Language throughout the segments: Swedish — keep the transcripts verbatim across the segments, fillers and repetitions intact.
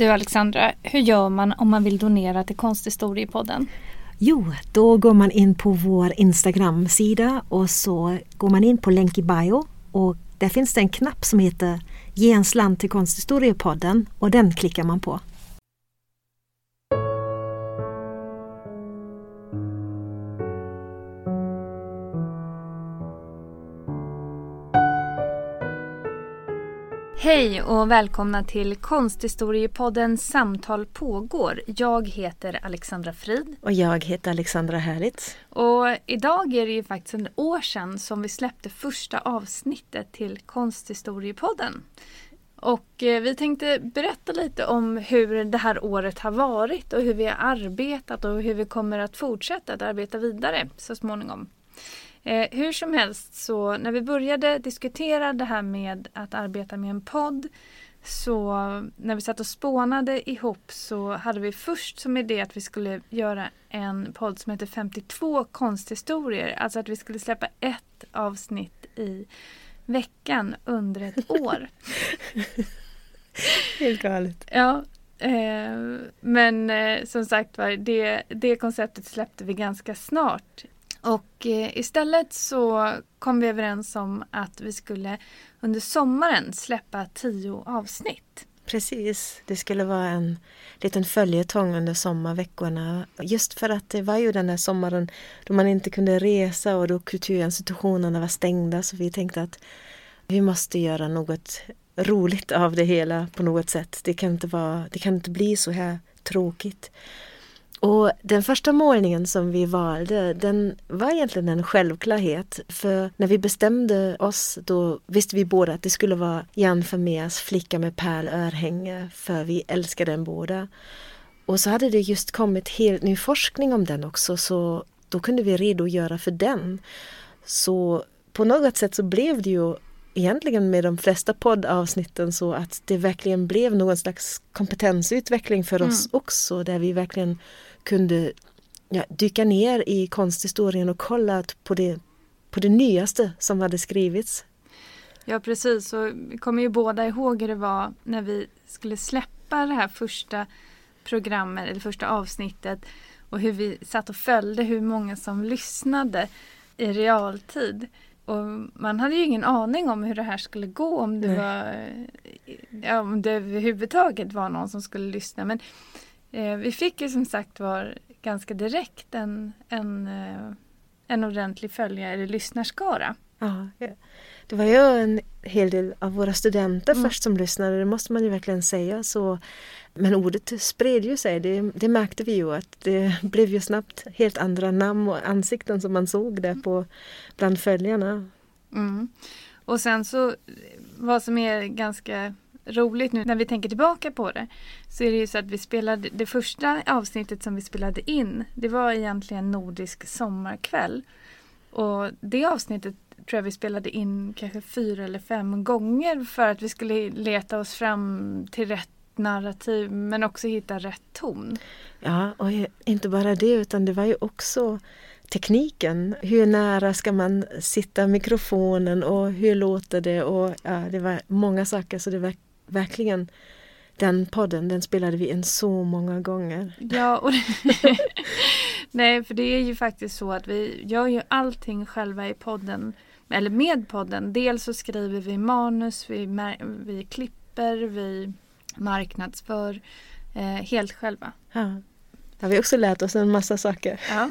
Du Alexandra, hur gör man om man vill donera till Konsthistoriepodden? Jo, då går man in på vår Instagram-sida och så går man in på länk i bio och där finns det en knapp som heter Ge en slant till Konsthistoriepodden och den klickar man på. Hej och välkomna till Konsthistoriepodden Samtal pågår. Jag heter Alexandra Frid. Och jag heter Alexandra Härligt. Och idag är det ju faktiskt en år sedan som vi släppte första avsnittet till Konsthistoriepodden. Och vi tänkte berätta lite om hur det här året har varit och hur vi har arbetat och hur vi kommer att fortsätta att arbeta vidare så småningom. Eh, hur som helst, så när vi började diskutera det här med att arbeta med en podd, så när vi satt och spånade ihop så hade vi först som idé att vi skulle göra en podd som heter femtiotvå konsthistorier. Alltså att vi skulle släppa ett avsnitt i veckan under ett år. Helt galet. Ja, eh, men eh, som sagt var, det, det konceptet släppte vi ganska snart. Och eh, istället så kom vi överens om att vi skulle under sommaren släppa tio avsnitt. Precis, det skulle vara en liten följetong under sommarveckorna. Just för att det var ju den här sommaren då man inte kunde resa och då kulturinstitutionerna var stängda. Så vi tänkte att vi måste göra något roligt av det hela på något sätt. Det kan inte vara, det kan inte bli så här tråkigt. Och den första målningen som vi valde, den var egentligen en självklarhet. För när vi bestämde oss, då visste vi båda att det skulle vara Jan Vermeers Flicka med pärlörhänge, för vi älskar den båda. Och så hade det just kommit helt ny forskning om den också, så då kunde vi redogöra för den. Så på något sätt så blev det ju egentligen med de flesta poddavsnitten så att det verkligen blev någon slags kompetensutveckling för oss mm. också, där vi verkligen kunde ja, dyka ner i konsthistorien och kolla på det, på det nyaste som hade skrivits. Ja, precis. Så vi kommer ju båda ihåg hur det var när vi skulle släppa det här första programmet, eller första avsnittet, och hur vi satt och följde hur många som lyssnade i realtid. Och man hade ju ingen aning om hur det här skulle gå, om det, var, ja, om det överhuvudtaget var någon som skulle lyssna. Men eh, vi fick ju som sagt var ganska direkt en, en, eh, en ordentlig följare eller lyssnarskara. Ja, det var ju en hel del av våra studenter mm. först som lyssnade, det måste man ju verkligen säga. Så, men ordet spred ju sig, det, det märkte vi ju att det blev ju snabbt helt andra namn och ansikten som man såg där på bland följarna. Mm. Och sen så, vad som är ganska roligt nu när vi tänker tillbaka på det, så är det ju så att vi spelade, det första avsnittet som vi spelade in, det var egentligen Nordisk sommarkväll. Och det avsnittet tror jag vi spelade in kanske fyra eller fem gånger för att vi skulle leta oss fram till rätt narrativ men också hitta rätt ton. Ja, och inte bara det utan det var ju också tekniken. Hur nära ska man sitta mikrofonen och hur låter det? Och ja, det var många saker, så det var verkligen den podden, den spelade vi in så många gånger. Ja, och nej, för det är ju faktiskt så att vi gör ju allting själva i podden, eller med podden. Dels så skriver vi manus, vi, vi klipper, vi marknadsför eh, helt själva. Ja. Ja, vi har också lärt oss en massa saker. Ja.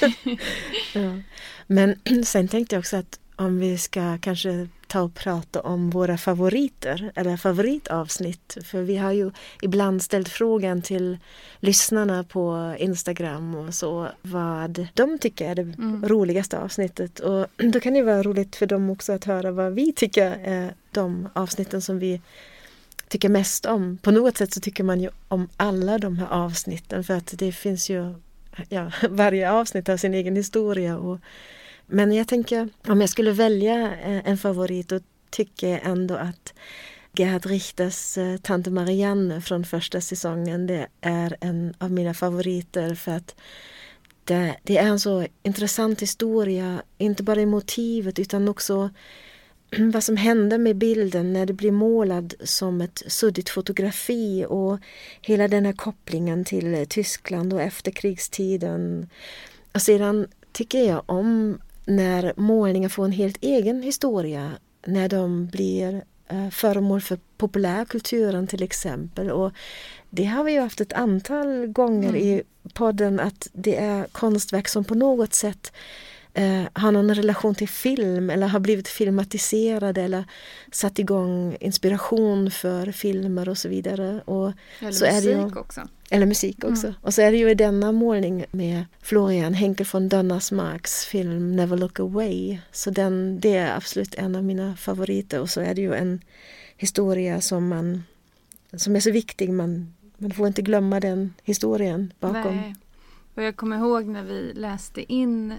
Ja. Men sen tänkte jag också att om vi ska kanske ta och prata om våra favoriter eller favoritavsnitt. För vi har ju ibland ställt frågan till lyssnarna på Instagram och så vad de tycker är det mm. roligaste avsnittet. Och då kan det vara roligt för dem också att höra vad vi tycker är de avsnitten som vi tycker mest om. På något sätt så tycker man ju om alla de här avsnitten, för att det finns ju, ja, varje avsnitt har sin egen historia. Och, men jag tänker, om jag skulle välja en favorit, då tycker jag ändå att Gerhard Richters Tante Marianne från första säsongen, det är en av mina favoriter, för att det, det är en så intressant historia, inte bara i motivet utan också vad som händer med bilden när det blir målad som ett suddigt fotografi och hela den här kopplingen till Tyskland och efterkrigstiden. Och sedan tycker jag om när målningar får en helt egen historia, när de blir eh, föremål för populärkulturen till exempel. Och det har vi ju haft ett antal gånger mm. i podden, att det är konstverk som på något sätt eh, har någon relation till film eller har blivit filmatiserade eller satt igång inspiration för filmer och så vidare. Och eller så musik är det ju, också. Eller musik också. Mm. Och så är det ju i denna målning med Florian Henkel von Donnersmarcks film Never Look Away. Så den, det är absolut en av mina favoriter. Och så är det ju en historia som man som är så viktig. Man, man får inte glömma den historien bakom. Nej. Och jag kommer ihåg när vi läste in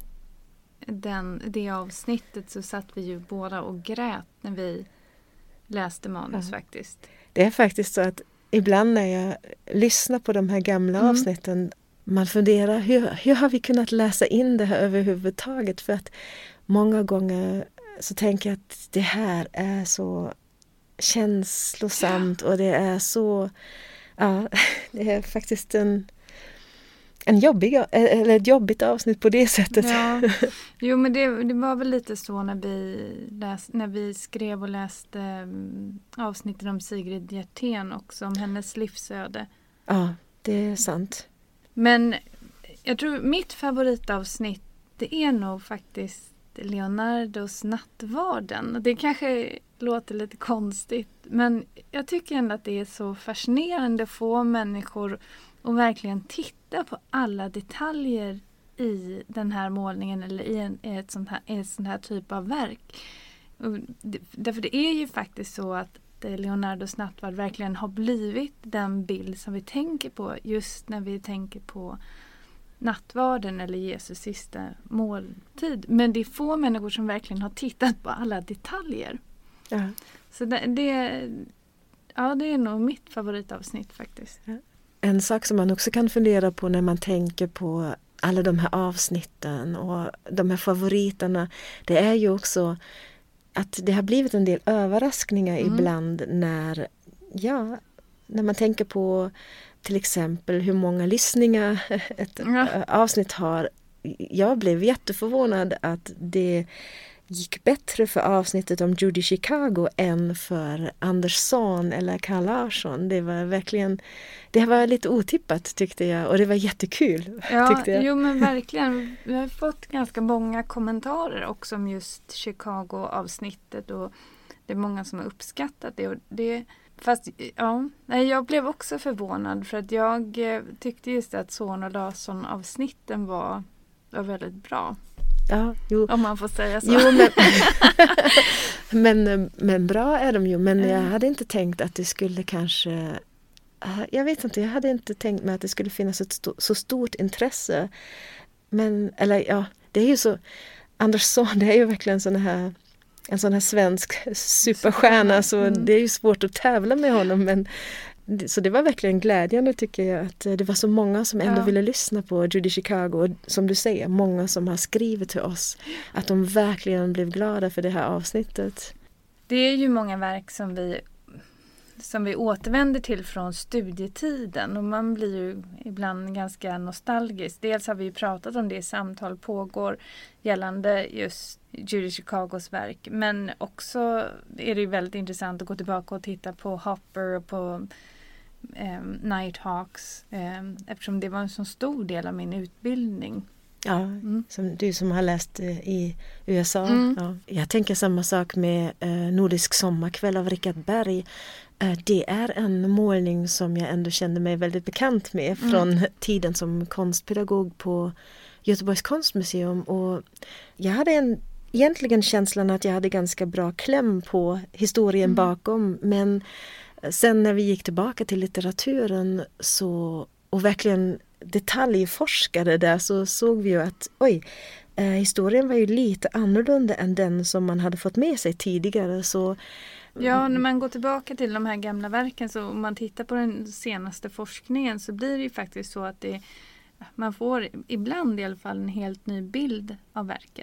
den, det avsnittet, så satt vi ju båda och grät när vi läste manus ja. faktiskt. Det är faktiskt så att ibland när jag lyssnar på de här gamla mm. avsnitten, man funderar hur, hur har vi kunnat läsa in det här överhuvudtaget? För att många gånger så tänker jag att det här är så känslosamt ja. och det är så, ja, det är faktiskt en En jobbig, eller ett jobbigt avsnitt på det sättet. Ja. Jo, men det, det var väl lite så när vi, läs, när vi skrev och läste um, avsnitten om Sigrid Hjertén också, om hennes livsöde. Ja, det är sant. Men jag tror mitt favoritavsnitt, det är nog faktiskt Leonardos Nattvarden. Det kanske låter lite konstigt, men jag tycker ändå att det är så fascinerande att få människor och verkligen titta på alla detaljer i den här målningen eller i, en, i ett sånt här, i ett sånt här typ av verk. Och det, därför det är ju faktiskt så att Leonardos nattvard verkligen har blivit den bild som vi tänker på just när vi tänker på nattvarden eller Jesus sista måltid. Men det är få människor som verkligen har tittat på alla detaljer. Ja. Så det, det, ja, det är nog mitt favoritavsnitt faktiskt. Ja. En sak som man också kan fundera på när man tänker på alla de här avsnitten och de här favoriterna, det är ju också att det har blivit en del överraskningar mm. ibland när, ja, när man tänker på till exempel hur många lyssningar ett ja. avsnitt har. Jag blev jätteförvånad att det gick bättre för avsnittet om Judy Chicago än för Andersson eller Carl Larsson. Det var verkligen, det var lite otippat tyckte jag, och det var jättekul. Ja, tyckte jag. Jo men verkligen. Vi har fått ganska många kommentarer också om just Chicago-avsnittet, och det är många som har uppskattat det. Och det fast ja, jag blev också förvånad för att jag tyckte just att Zorn och Larsson-avsnitten var, var väldigt bra. Ja, jo. Om man får säga så. Jo, men, men, men bra är de ju. Men mm. jag hade inte tänkt att det skulle kanske... Jag vet inte, jag hade inte tänkt mig att det skulle finnas ett st- så stort intresse. Men, eller ja, det är ju så... Andersson, det är ju verkligen sån här, en sån här svensk superstjärna. Så mm. det är ju svårt att tävla med honom. Men, så det var verkligen glädjande tycker jag, att det var så många som ändå ja. ville lyssna på Judy Chicago, och som du säger, många som har skrivit till oss att de verkligen blev glada för det här avsnittet. Det är ju många verk som vi som vi återvänder till från studietiden, och man blir ju ibland ganska nostalgisk. Dels har vi ju pratat om det i Samtal pågår gällande just Judy Chicagos verk, men också är det ju väldigt intressant att gå tillbaka och titta på Hopper och på um, Nighthawks, um, eftersom det var en så stor del av min utbildning. Ja, mm. som du som har läst uh, i U S A. Mm. Ja. Jag tänker samma sak med uh, Nordisk sommarkväll av Richard Berg. Uh, det är en målning som jag ändå kände mig väldigt bekant med mm. från tiden som konstpedagog på Göteborgs konstmuseum. Och jag hade en, egentligen känslan att jag hade ganska bra kläm på historien mm. bakom. Men sen när vi gick tillbaka till litteraturen så, och verkligen detaljforskade där, så såg vi ju att oj, eh, historien var ju lite annorlunda än den som man hade fått med sig tidigare. Så, ja, när man går tillbaka till de här gamla verken, så om man tittar på den senaste forskningen, så blir det ju faktiskt så att det, man får ibland i alla fall en helt ny bild av verket.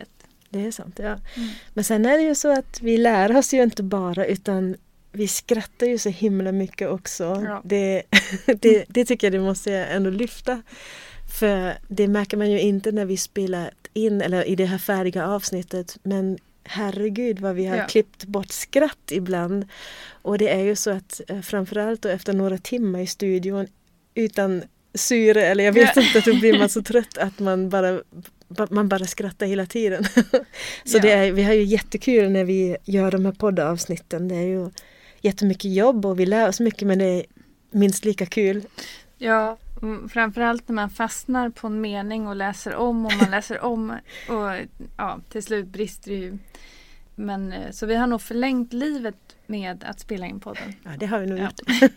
det är sant. Ja. Mm. Men sen är det ju så att vi lär oss ju inte bara, utan vi skrattar ju så himla mycket också. Ja. Det, det, det tycker jag det måste jag ändå lyfta. För det märker man ju inte när vi spelar in eller i det här färdiga avsnittet. Men herregud vad vi har Ja. klippt bort skratt ibland. Och det är ju så att framförallt då efter några timmar i studion utan syre, eller jag vet Ja. inte, då blir man så trött att man bara, man bara skrattar hela tiden. Så Ja. det är, vi har ju jättekul när vi gör de här poddavsnitten. Det är ju jättemycket jobb och vi lär oss mycket, men det är minst lika kul. Ja, och framförallt när man fastnar på en mening och läser om och man läser om och ja, till slut brister det ju. Men så vi har nog förlängt livet med att spela in podden. Ja, det har vi nog Ja. gjort.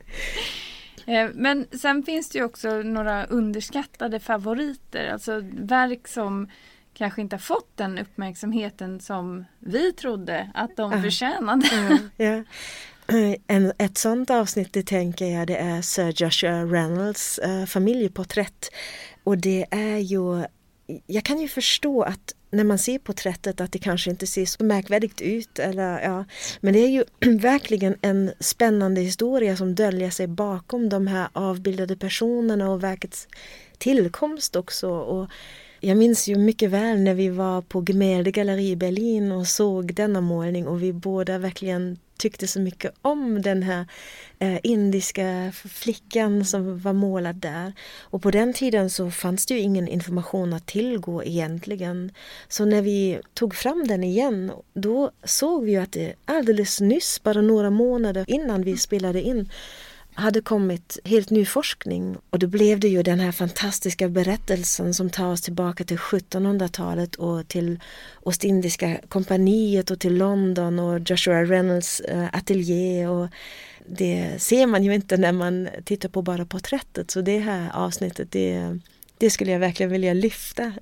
Men sen finns det ju också några underskattade favoriter, alltså verk som kanske inte har fått den uppmärksamheten som vi trodde att de Ja. förtjänade. Ja, ja. En, ett sånt avsnitt, det tänker jag, det är Sir Joshua Reynolds uh, familjeporträtt. Och det är ju, jag kan ju förstå att när man ser porträttet att det kanske inte ser så märkvärdigt ut. Eller, ja. Men det är ju verkligen en spännande historia som döljer sig bakom de här avbildade personerna och verkets tillkomst också. Och jag minns ju mycket väl när vi var på Gemälde galleri i Berlin och såg denna målning, och vi båda verkligen tyckte så mycket om den här eh, indiska flickan som var målad där. Och på den tiden så fanns det ju ingen information att tillgå egentligen. Så när vi tog fram den igen, då såg vi ju att det alldeles nyss, bara några månader innan vi spelade in, hade kommit helt ny forskning, och då blev det ju den här fantastiska berättelsen som tar oss tillbaka till sjuttonhundratalet och till Ostindiska kompaniet och till London och Joshua Reynolds äh, ateljé, och det ser man ju inte när man tittar på bara porträttet, så det här avsnittet, det, det skulle jag verkligen vilja lyfta.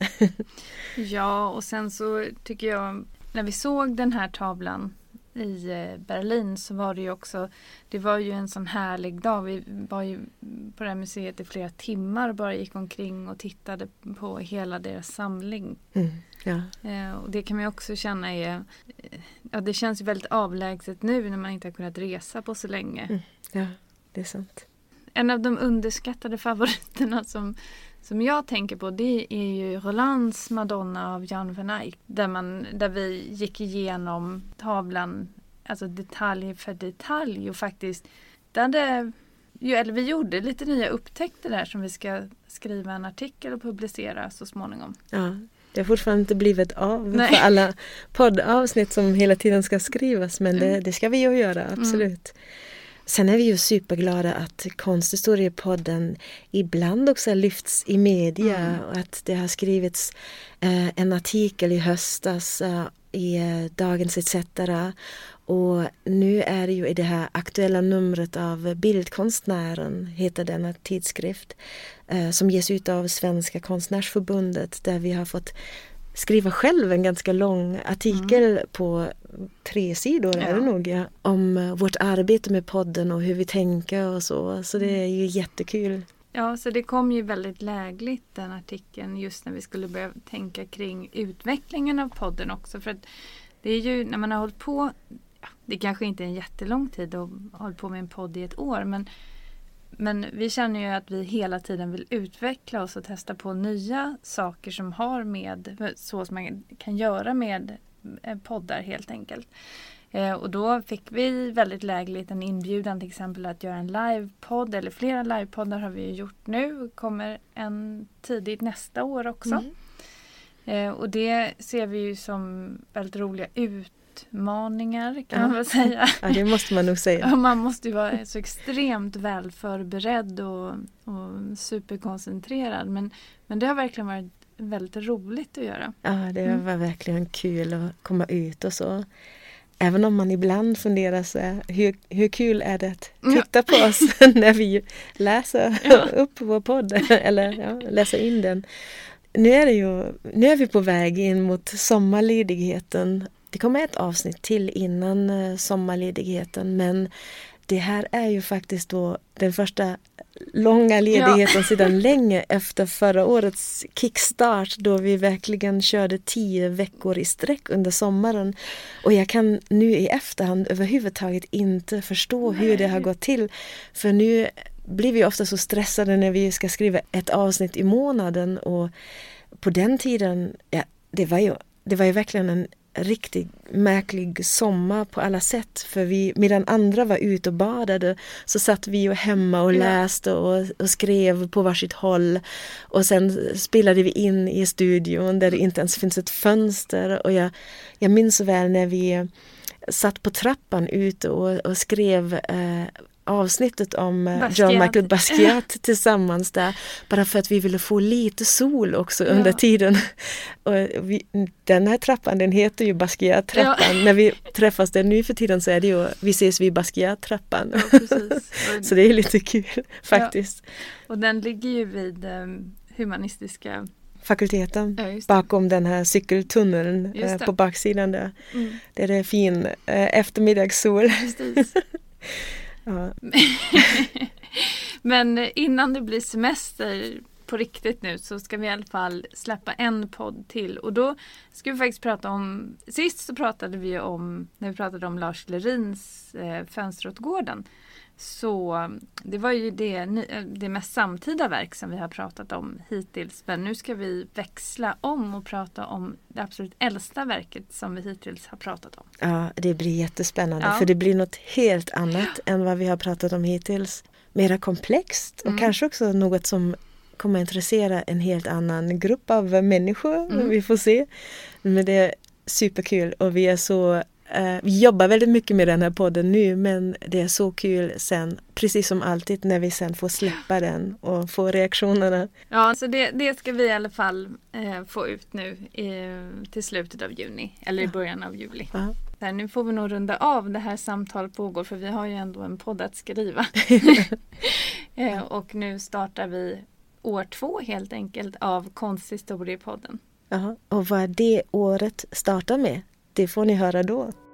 Ja, och sen så tycker jag, när vi såg den här tavlan i Berlin, så var det ju också, det var ju en sån härlig dag. Vi var ju på det här museet i flera timmar och bara gick omkring och tittade på hela deras samling. Mm, ja. Eh, och det kan man ju också känna är, eh, ja, det känns ju väldigt avlägset nu när man inte har kunnat resa på så länge. Mm, ja, det är sant. En av de underskattade favoriterna som Som jag tänker på, det är ju Rolands Madonna av Jan van Eyck. Där, man, där vi gick igenom tavlan, alltså detalj för detalj. Och faktiskt, där det, eller vi gjorde lite nya upptäckter där som vi ska skriva en artikel och publicera så småningom. Ja, det har fortfarande inte blivit av Nej. för alla poddavsnitt som hela tiden ska skrivas. Men det, det ska vi ju göra, absolut. Mm. Sen är vi ju superglada att Konsthistoriepodden ibland också lyfts i media. Mm. Och att det har skrivits eh, en artikel i höstas eh, i eh, Dagens et cetera. Och nu är det ju i det här aktuella numret av Bildkonstnären, heter denna tidskrift, eh, som ges ut av Svenska konstnärsförbundet, där vi har fått skriva själv en ganska lång artikel mm. på tre sidor ja. är det nog, ja, om vårt arbete med podden och hur vi tänker och så. Så det är ju jättekul. Ja, så det kom ju väldigt lägligt, den artikeln, just när vi skulle börja tänka kring utvecklingen av podden också. För att det är ju, när man har hållit på, ja, det kanske inte är en jättelång tid att hålla på med en podd i ett år, men Men vi känner ju att vi hela tiden vill utveckla oss och testa på nya saker som har med, så som man kan göra med poddar helt enkelt. Eh, och då fick vi väldigt lägligt en inbjudan till exempel att göra en livepodd, eller flera livepoddar har vi ju gjort nu. Kommer en tidigt nästa år också. Mm. Eh, och det ser vi ju som väldigt roliga ut. Utmaningar kan ja. man väl säga. Ja, det måste man nog säga. Man måste ju vara så extremt väl förberedd och, och superkoncentrerad. Men, men det har verkligen varit väldigt roligt att göra. Ja, det var mm. verkligen kul att komma ut och så. Även om man ibland funderar så här, hur, hur kul är det att titta på oss när vi läser ja. upp vår podd eller ja, läser in den. Nu är, det ju, nu är vi på väg in mot sommarledigheten. Det kommer ett avsnitt till innan sommarledigheten, men det här är ju faktiskt då den första långa ledigheten ja. sedan länge efter förra årets kickstart då vi verkligen körde tio veckor i sträck under sommaren. Och jag kan nu i efterhand överhuvudtaget inte förstå Nej. hur det har gått till. För nu blir vi ofta så stressade när vi ska skriva ett avsnitt i månaden och på den tiden, ja, det var ju, det var ju verkligen en riktigt märklig sommar på alla sätt. För vi, medan andra var ute och badade så satt vi ju hemma och läste och, och skrev på varsitt håll. Och sen spelade vi in i studion där det inte ens finns ett fönster. Och jag, jag minns väl när vi satt på trappan ute och, och skrev eh, avsnittet om Basquiat. Jean-Michel Basquiat tillsammans där. Bara för att vi ville få lite sol också ja. under tiden. Och vi, den här trappan, den heter ju Basquiat-trappan. Ja. När vi träffas där nu för tiden så är det ju vi ses vid Basquiat-trappan. Ja, precis. Så det är lite kul faktiskt. Ja. Och den ligger ju vid um, humanistiska fakulteten ja, bakom den här cykeltunneln eh, på baksidan där. Mm. Där det är fin eh, eftermiddagssol. Precis. Ja. Men innan det blir semester på riktigt nu så ska vi i alla fall släppa en podd till. Och då ska vi faktiskt prata om, sist så pratade vi om, när vi pratade om Lars Lerins eh, Fönster åt gården. Så det var ju det, det mest samtida verk som vi har pratat om hittills. Men nu ska vi växla om och prata om det absolut äldsta verket som vi hittills har pratat om. Ja, det blir jättespännande. Ja. För det blir något helt annat ja. än vad vi har pratat om hittills. Mera komplext och mm. kanske också något som kommer intressera en helt annan grupp av människor. Mm. Vi får se. Men det är superkul och vi är så... Uh, vi jobbar väldigt mycket med den här podden nu men det är så kul sen, precis som alltid när vi sen får släppa den och få reaktionerna. Ja, så det, det ska vi i alla fall eh, få ut nu eh, till slutet av juni eller i början av juli. Uh-huh. Där, nu får vi nog runda av det här samtalet pågår för vi har ju ändå en podd att skriva. eh, och nu startar vi år två helt enkelt av Konsthistoriepodden. Uh-huh. Och vad det året startar med? Det får ni höra då.